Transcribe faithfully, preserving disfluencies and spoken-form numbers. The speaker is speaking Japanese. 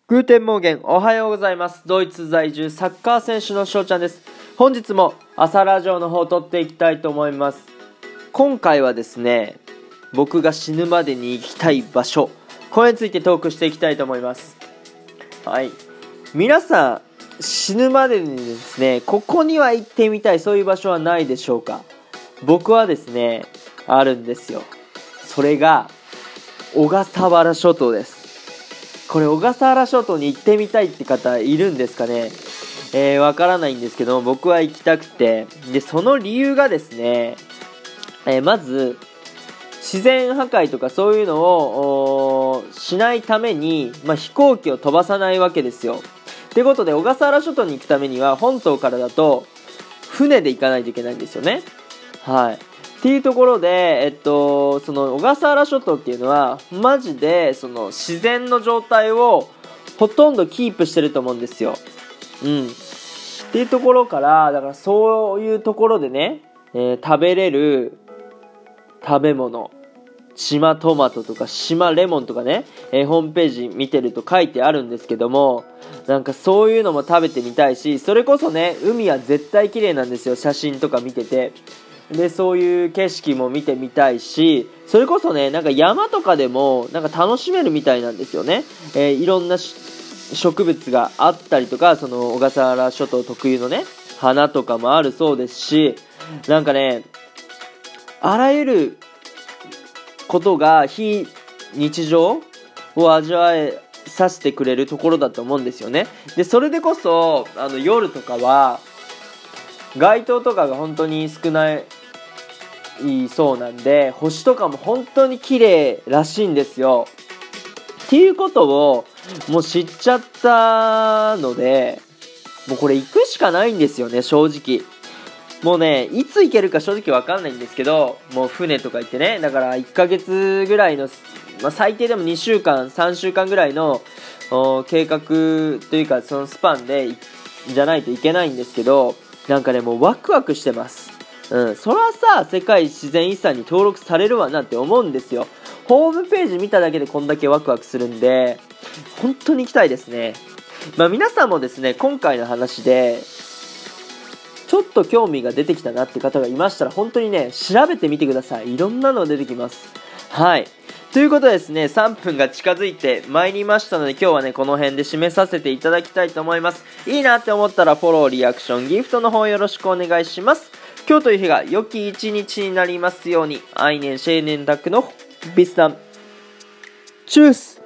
グーテンモーゲン、おはようございます。ドイツ在住サッカー選手の翔ちゃんです。本日も朝ラジオの方を撮っていきたいと思います。今回はですね、僕が死ぬまでに行きたい場所、これについてトークしていきたいと思います。はい。皆さん、死ぬまでにですね、ここには行ってみたい、そういう場所はないでしょうか？僕はですね、あるんですよ。それが、小笠原諸島です。これ小笠原諸島に行ってみたいって方いるんですかね。えー、わからないんですけど、僕は行きたくて、でその理由がですね、えー、まず自然破壊とかそういうのをしないために、まあ、飛行機を飛ばさないわけですよ。ってことで小笠原諸島に行くためには本島からだと船で行かないといけないんですよね。はい。っていうところで、えっと、その小笠原諸島っていうのはマジでその自然の状態をほとんどキープしてると思うんですよ。うん。っていうところから、だからそういうところでね、えー、食べれる食べ物、島トマトとか島レモンとかね、えー、ホームページ見てると書いてあるんですけども、なんかそういうのも食べてみたいし、それこそね、海は絶対綺麗なんですよ、写真とか見てて。でそういう景色も見てみたいし、それこそね、なんか山とかでもなんか楽しめるみたいなんですよね。えー、いろんな植物があったりとか、その小笠原諸島特有のね、花とかもあるそうですし、なんかね、あらゆることが非日常を味わえさせてくれるところだと思うんですよね。でそれでこそあの夜とかは街灯とかが本当に少ないそうなんで、星とかも本当に綺麗らしいんですよ。っていうことをもう知っちゃったので、もうこれ行くしかないんですよね、正直。もうね、いつ行けるか正直わかんないんですけど、もう船とか行ってね、だからいっかげつぐらいの、まあ、最低でもにしゅうかんさんしゅうかんぐらいの計画というか、そのスパンでじゃないといけないんですけど、なんかね、もうワクワクしてます。うん、そらさ、世界自然遺産に登録されるわなって思うんですよ。ホームページ見ただけでこんだけワクワクするんで、本当に行きたいですね。まあ皆さんもですね、今回の話でちょっと興味が出てきたなって方がいましたら、本当にね、調べてみてください。いろんなの出てきます。はい。ということでですね、さんぷんが近づいてまいりましたので、今日はね、この辺で締めさせていただきたいと思います。いいなって思ったらフォロー、リアクション、ギフトの方よろしくお願いします。今日という日が良き一日になりますように。アイネンシェーネンダックのビスタン。チュース